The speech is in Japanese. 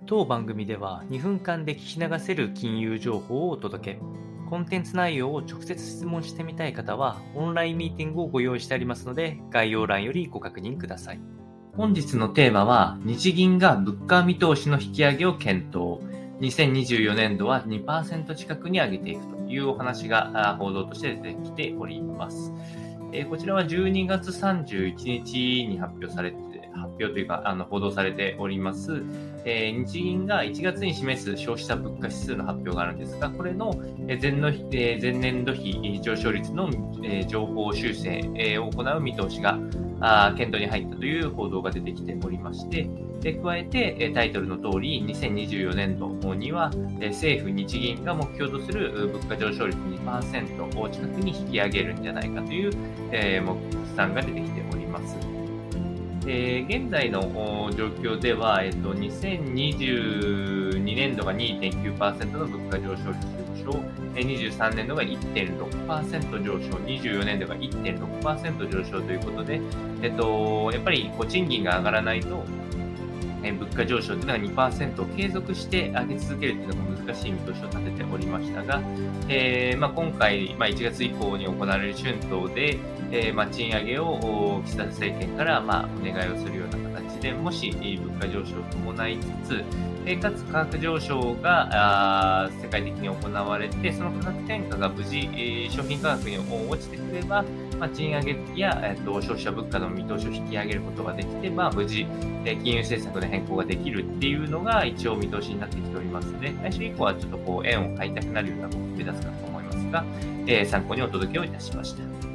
当番組では2分間で聞き流せる金融情報をお届け。コンテンツ内容を直接質問してみたい方はオンラインミーティングをご用意してありますので、概要欄よりご確認ください。本日のテーマは、日銀が物価見通しの引き上げを検討。2024年度は 2% 近くに上げていくというお話が報道として出てきております。こちらは12月31日に発表というか、報道されております。日銀が1月に示す消費者物価指数の発表があるんですが、これの前年度比上昇率の情報修正を行う見通しが検討に入ったという報道が出てきておりまして、加えてタイトルの通り2024年度には政府日銀が目標とする物価上昇率 2% を近くに引き上げるんじゃないかという目算が出てきております。現在の状況では、2022年度が 2.9% の物価上昇率上昇、23年度が 1.6% 上昇、24年度が 1.6% 上昇ということで、やっぱり賃金が上がらないと、物価上昇というのが 2% を継続して上げ続けるというのが難しい見通しを立てておりましたが、今回、1月以降に行われる春闘で、賃上げを岸田政権からお願いをするような形で、もし物価上昇を伴いつつ、かつ価格上昇が世界的に行われて、その価格転嫁が無事商品価格に落ちてくれば、賃上げや消費者物価の見通しを引き上げることができて、無事金融政策の変更ができるっていうのが一応見通しになってきておりますので、来週以降はちょっと円を買いたくなるような動きを目指すかと思いますが、参考にお届けをいたしました。